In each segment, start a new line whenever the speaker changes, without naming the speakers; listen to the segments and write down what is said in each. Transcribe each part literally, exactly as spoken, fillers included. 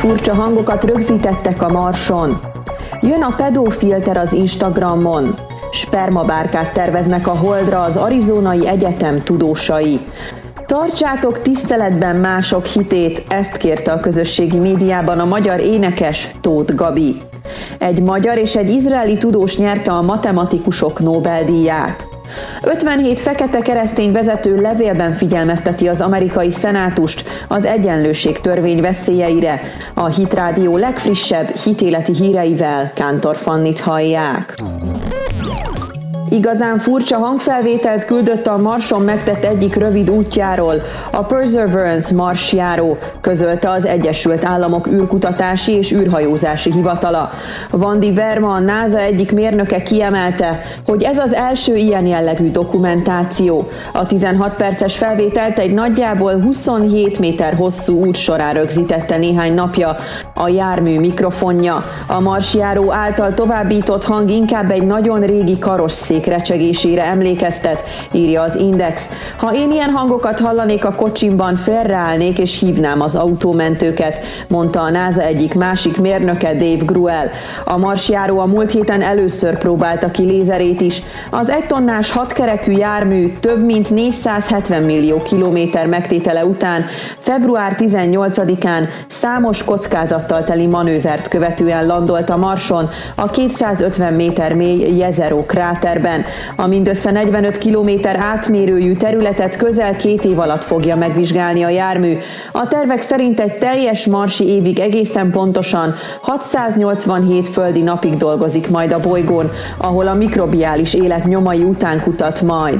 Furcsa hangokat rögzítettek a Marson. Jön a pedófilter az Instagramon. Spermabárkát terveznek a Holdra az Arizonai Egyetem tudósai. Tartsátok tiszteletben mások hitét, ezt kérte a közösségi médiában a magyar énekes Tóth Gabi. Egy magyar és egy izraeli tudós nyerte a matematikusok Nobel-díját. ötvenhét fekete keresztény vezető levélben figyelmezteti az amerikai szenátust az egyenlőség törvény veszélyeire. A Hit Rádió legfrissebb hitéleti híreivel Kántor Fannit hallják. Igazán furcsa hangfelvételt küldött a Marson megtett egyik rövid útjáról, a Perseverance marsjáró, közölte az Egyesült Államok űrkutatási és űrhajózási hivatala. Vandi Verma, a NASA egyik mérnöke kiemelte, hogy ez az első ilyen jellegű dokumentáció. A tizenhat perces felvételt egy nagyjából huszonhét méter hosszú út során rögzítette néhány napja a jármű mikrofonja. A marsjáró által továbbított hang inkább egy nagyon régi karosszék recsegésére emlékeztet, írja az Index. Ha én ilyen hangokat hallanék a kocsimban, félreállnék és hívnám az autómentőket, mondta a NASA egyik másik mérnöke, Dave Gruel. A marsjáró a múlt héten először próbálta ki lézerét is. Az egytonnás hatkerekű jármű több mint négyszázhetven millió kilométer megtétele után február tizennyolcadikán számos kockázattal teli manővert követően landolt a Marson a kétszázötven méter mély Jezero kráterben. A mindössze negyvenöt kilométer átmérőjű területet közel két év alatt fogja megvizsgálni a jármű. A tervek szerint egy teljes marsi évig egészen pontosan hatszáznyolcvanhét földi napig dolgozik majd a bolygón, ahol a mikrobiális élet nyomai után kutat majd.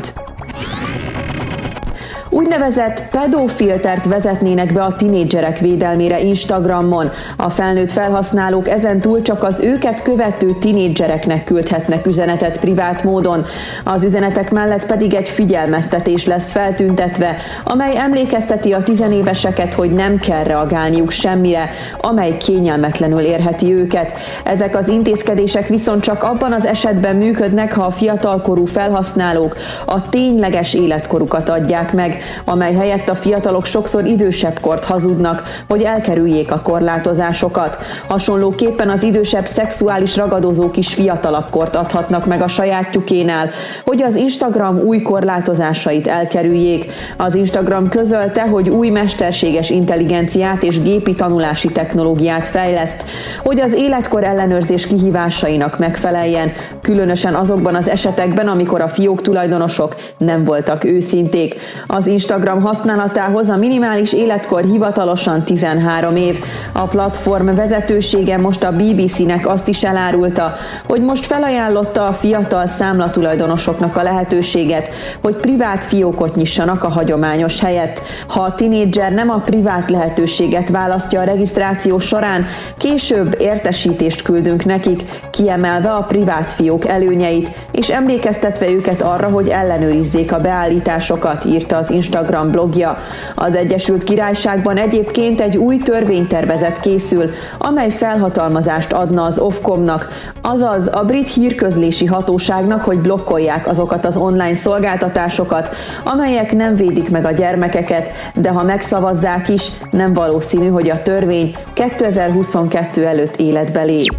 Úgynevezett pedófiltert vezetnének be a tinédzserek védelmére Instagramon. A felnőtt felhasználók ezentúl csak az őket követő tinédzsereknek küldhetnek üzenetet privát módon. Az üzenetek mellett pedig egy figyelmeztetés lesz feltüntetve, amely emlékezteti a tizenéveseket, hogy nem kell reagálniuk semmire, amely kényelmetlenül érheti őket. Ezek az intézkedések viszont csak abban az esetben működnek, ha a fiatalkorú felhasználók a tényleges életkorukat adják meg, amely helyett a fiatalok sokszor idősebb kort hazudnak, hogy elkerüljék a korlátozásokat. Hasonlóképpen az idősebb szexuális ragadozók is fiatalabb kort adhatnak meg a sajátjukénál, hogy az Instagram új korlátozásait elkerüljék. Az Instagram közölte, hogy új mesterséges intelligenciát és gépi tanulási technológiát fejleszt, hogy az életkor ellenőrzés kihívásainak megfeleljen, különösen azokban az esetekben, amikor a fiók tulajdonosok nem voltak őszinték. Az Instagram használatához a minimális életkor hivatalosan tizenhárom év. A platform vezetősége most a bé bé cé-nek azt is elárulta, hogy most felajánlotta a fiatal számlatulajdonosoknak a lehetőséget, hogy privát fiókot nyissanak a hagyományos helyett. Ha a tinédzser nem a privát lehetőséget választja a regisztráció során, később értesítést küldünk nekik, kiemelve a privát fiók előnyeit, és emlékeztetve őket arra, hogy ellenőrizzék a beállításokat, írta az Instagram blogja. Az Egyesült Királyságban egyébként egy új törvénytervezet készül, amely felhatalmazást adna az Ofcomnak, azaz a brit hírközlési hatóságnak, hogy blokkolják azokat az online szolgáltatásokat, amelyek nem védik meg a gyermekeket, de ha megszavazzák is, nem valószínű, hogy a törvény kétezer-huszonkettő előtt életbe lép.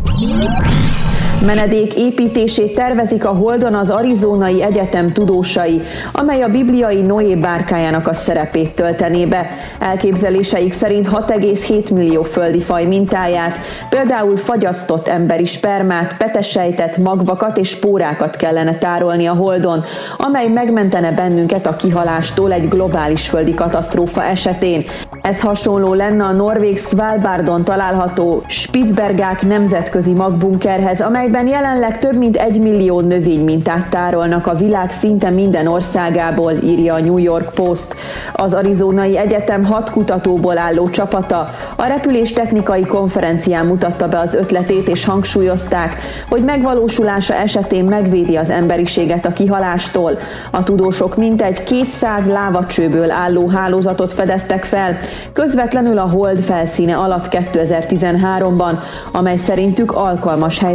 Menedék építését tervezik a Holdon az Arizonai Egyetem tudósai, amely a bibliai Noé bárkájának a szerepét töltené be. Elképzeléseik szerint hat egész hét millió földi faj mintáját, például fagyasztott emberi spermát, petesejtet, magvakat és spórákat kellene tárolni a Holdon, amely megmentene bennünket a kihalástól egy globális földi katasztrófa esetén. Ez hasonló lenne a norvég Svalbardon található Spitsbergák nemzetközi magbunkerhez, amelyben jelenleg több mint egy millió növénymintát tárolnak a világ szinte minden országából, írja a New York Post. Az Arizonai Egyetem hat kutatóból álló csapata a repüléstechnikai konferencián mutatta be az ötletét, és hangsúlyozták, hogy megvalósulása esetén megvédi az emberiséget a kihalástól. A tudósok mintegy kétszáz lávacsőből álló hálózatot fedeztek fel, közvetlenül a Hold felszíne alatt kétezer-tizenháromban, amely szerintük alkalmas helyszíne lehet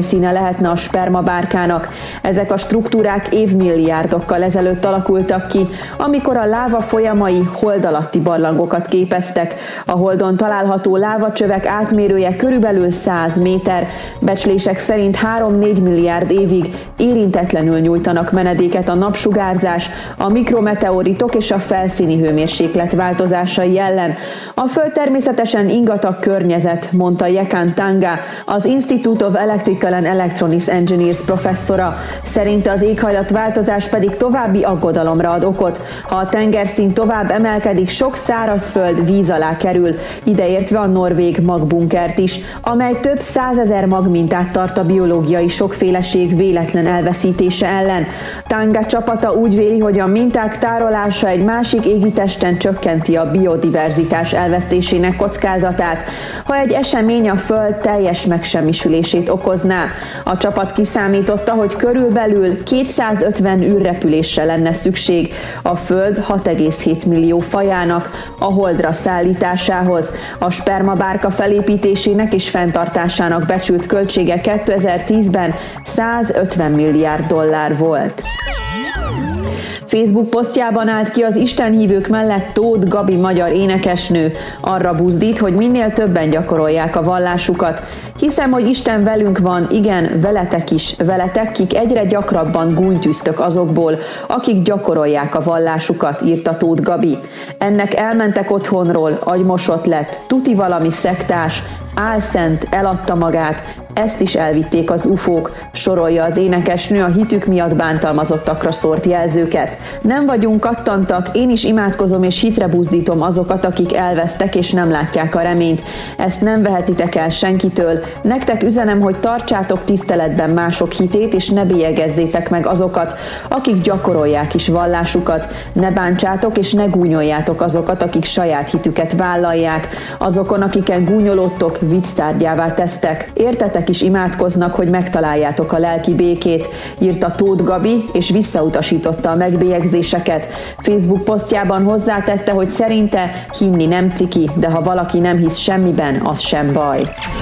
lehetne a spermabárkának. Ezek a struktúrák évmilliárdokkal ezelőtt alakultak ki, amikor a láva folyamai hold alatti barlangokat képeztek. A holdon található lávacsövek átmérője körülbelül száz méter, becslések szerint három-négy milliárd évig érintetlenül nyújtanak menedéket a napsugárzás, a mikrometeoritok és a felszíni hőmérséklet változásai ellen. A Föld természetesen ingatag környezet, mondta Yekan Tanga, az Institute of Electrical and Electronics Engineers professzora. Szerinte az éghajlatváltozás pedig további aggodalomra ad okot. Ha a tengerszint tovább emelkedik, sok szárazföld víz alá kerül, ideértve a norvég magbunkert is, amely több százezer magmintát tart a biológiai sokféleség véletlen elveszítése ellen. Tanga csapata úgy véli, hogy a minták tárolása egy másik égitesten csökkenti a biodiverzitás elvesztésének kockázatát, ha egy esemény a Föld teljes megsemmisülését okozná. A csapat kiszámította, hogy körülbelül kétszázötven űrrepülésre lenne szükség a Föld hat egész hét millió fajának a Holdra szállításához. A spermabárka felépítésének és fenntartásának becsült költsége kétezer-tízben százötven milliárd dollár volt. Facebook posztjában állt ki az istenhívők mellett Tóth Gabi magyar énekesnő. Arra buzdít, hogy minél többen gyakorolják a vallásukat. Hiszem, hogy Isten velünk van, igen, veletek is, veletek, kik egyre gyakrabban gúnytűztök azokból, akik gyakorolják a vallásukat, írta Tóth Gabi. Ennek elmentek otthonról, agymosott lett, tuti valami szektás, álszent, eladta magát, ezt is elvitték az ufók, sorolja az énekesnő a hitük miatt bántalmazottakra szórt jelzőket. Nem vagyunk kattantak, én is imádkozom és hitre buzdítom azokat, akik elvesztek és nem látják a reményt. Ezt nem vehetitek el senkitől. Nektek üzenem, hogy tartsátok tiszteletben mások hitét, és ne bélyegezzétek meg azokat, akik gyakorolják is vallásukat. Ne bántsátok és ne gúnyoljátok azokat, akik saját hitüket vállalják. Azokon, akiken gúnyolódtok, vicctárgyává tesztek. Értetek is imádkoznak, hogy megtaláljátok a lelki békét, írta Tóth Gabi, és visszautasította a megbélyegzéseket. Facebook posztjában hozzátette, hogy szerinte hinni nem ciki, de ha valaki nem hisz semmiben, az sem baj.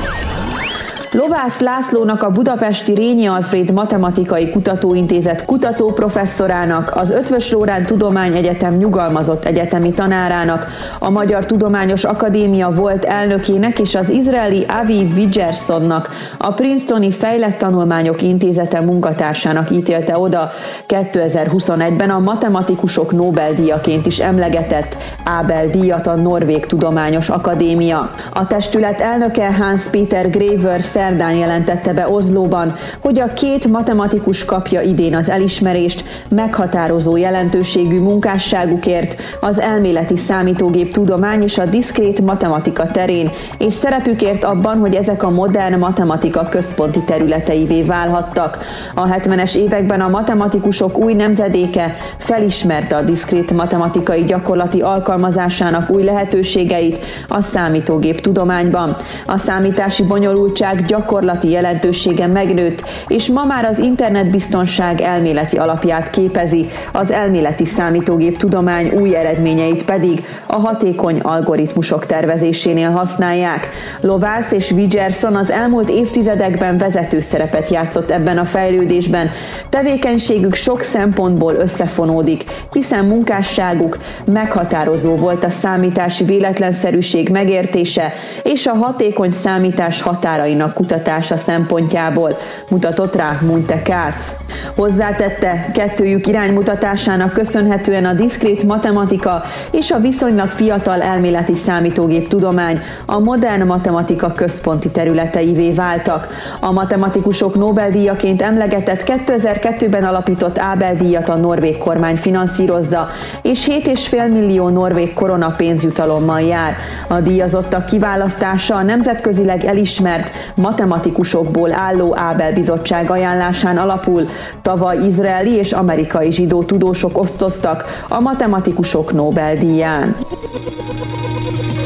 Lovász Lászlónak, a budapesti Rényi Alfréd Matematikai Kutatóintézet kutatóprofesszorának, az Eötvös Loránd Tudományegyetem nyugalmazott egyetemi tanárának, a Magyar Tudományos Akadémia volt elnökének és az izraeli Avi Vigersonnak, a Princetoni Fejlett Tanulmányok Intézete munkatársának ítélte oda kétezer-huszonegyben a matematikusok Nobel-díjaként is emlegetett Ábel-díjat a Norvég Tudományos Akadémia. A testület elnöke Hans Peter Graver szerdán jelentette be Oslóban, hogy a két matematikus kapja idén az elismerést meghatározó jelentőségű munkásságukért az elméleti számítógép tudomány és a diszkrét matematika terén, és szerepükért abban, hogy ezek a modern matematika központi területeivé válhattak. A hetvenes években a matematikusok új nemzedéke felismerte a diszkrét matematikai gyakorlati alkalmazásának új lehetőségeit a számítógép tudományban. A számítási bonyolultság gyakorlati jelentősége megnőtt, és ma már az internetbiztonság elméleti alapját képezi, az elméleti számítógép tudomány új eredményeit pedig a hatékony algoritmusok tervezésénél használják. Lovász és Vigerson az elmúlt évtizedekben vezető szerepet játszott ebben a fejlődésben. Tevékenységük sok szempontból összefonódik, hiszen munkásságuk meghatározó volt a számítási véletlenszerűség megértése és a hatékony számítás határainak kutatása szempontjából, mutatott rá Muntekász. Hozzátette, kettőjük iránymutatásának köszönhetően a diszkrét matematika és a viszonylag fiatal elméleti számítógép tudomány a modern matematika központi területeivé váltak. A matematikusok Nobel-díjaként emlegetett kétezer-kettőben alapított Ábel-díjat a norvég kormány finanszírozza, és hét egész öt millió norvég korona pénzjutalommal jár. A díjazottak kiválasztása a nemzetközileg elismert matematikusokból álló Ábel bizottság ajánlásán alapul. Tavaly izraeli és amerikai zsidó tudósok osztoztak a matematikusok Nobel-díján.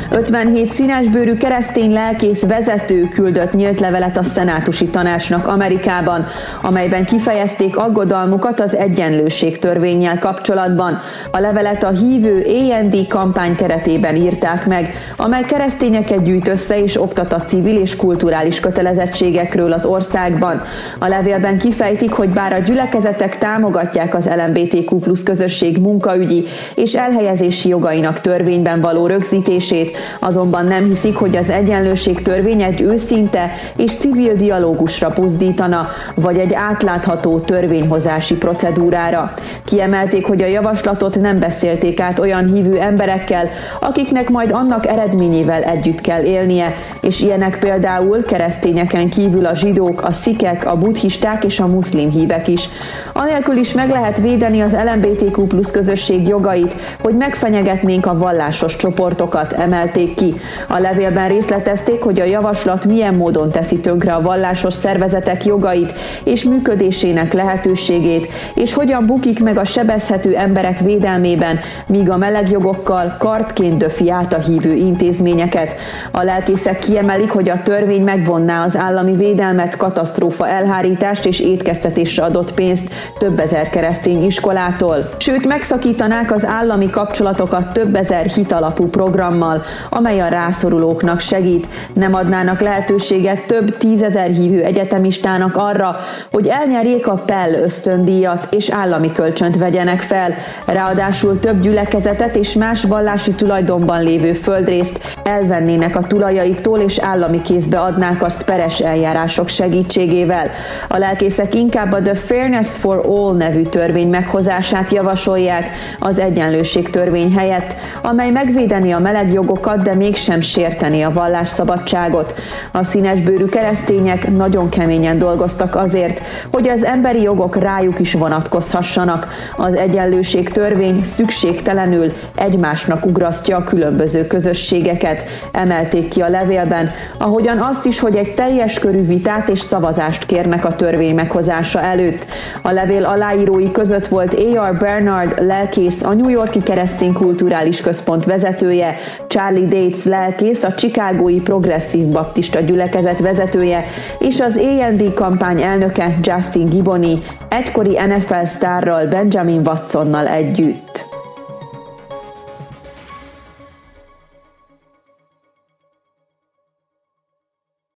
ötvenhét színesbőrű keresztény lelkész vezető küldött nyílt levelet a szenátusi tanácsnak Amerikában, amelyben kifejezték aggodalmukat az egyenlőség törvénnyel kapcsolatban. A levelet a hívő á en dé kampány keretében írták meg, amely keresztényeket gyűjt össze és oktat a civil és kulturális kötelezettségekről az országban. A levélben kifejtik, hogy bár a gyülekezetek támogatják az el em bé té kú plusz közösség munkaügyi és elhelyezési jogainak törvényben való rögzítését, azonban nem hiszik, hogy az egyenlőség törvény egy őszinte és civil dialógusra buzdítana, vagy egy átlátható törvényhozási procedúrára. Kiemelték, hogy a javaslatot nem beszélték át olyan hívő emberekkel, akiknek majd annak eredményével együtt kell élnie, és ilyenek például keresztényeken kívül a zsidók, a szikek, a buddhisták és a muszlim hívek is. Anélkül is meg lehet védeni az el em bé té kú plusz közösség jogait, hogy megfenyegetnénk a vallásos csoportokat, emelték ki. A levélben részletezték, hogy a javaslat milyen módon teszi tönkre a vallásos szervezetek jogait és működésének lehetőségét, és hogyan bukik meg a sebezhető emberek védelmében, míg a melegjogokkal kardként döfi át a hívő intézményeket. A lelkészek kiemelik, hogy a törvény megvonná az állami védelmet, katasztrófa elhárítást és étkeztetésre adott pénzt több ezer keresztény iskolától. Sőt, megszakítanák az állami kapcsolatokat több ezer hitalapú programmal, amely a rászorulóknak segít. Nem adnának lehetőséget több tízezer hívő egyetemistának arra, hogy elnyerjék a Pell ösztöndíjat és állami kölcsönt vegyenek fel. Ráadásul több gyülekezetet és más vallási tulajdonban lévő földrészt elvennének a tulajaiktól és állami kézbe adnák azt peres eljárások segítségével. A lelkészek inkább a The Fairness for All nevű törvény meghozását javasolják az egyenlőség törvény helyett, amely megvédeni a melegjogokat, de mégsem sérteni a vallásszabadságot. A színesbőrű keresztények nagyon keményen dolgoztak azért, hogy az emberi jogok rájuk is vonatkozhassanak. Az egyenlőség törvény szükségtelenül egymásnak ugrasztja a különböző közösségeket, emelték ki a levélben, ahogyan azt is, hogy egy teljes körű vitát és szavazást kérnek a törvény meghozása előtt. A levél aláírói között volt á er Bernard lelkész, a New York-i Keresztény Kulturális Központ vezetője, Charlie Dates lelkész, a chicagói Progresszív Baptista gyülekezet vezetője, és az á en dé kampány elnöke Justin Giboney, egykori en ef el sztárral, Benjamin Watsonnal együtt.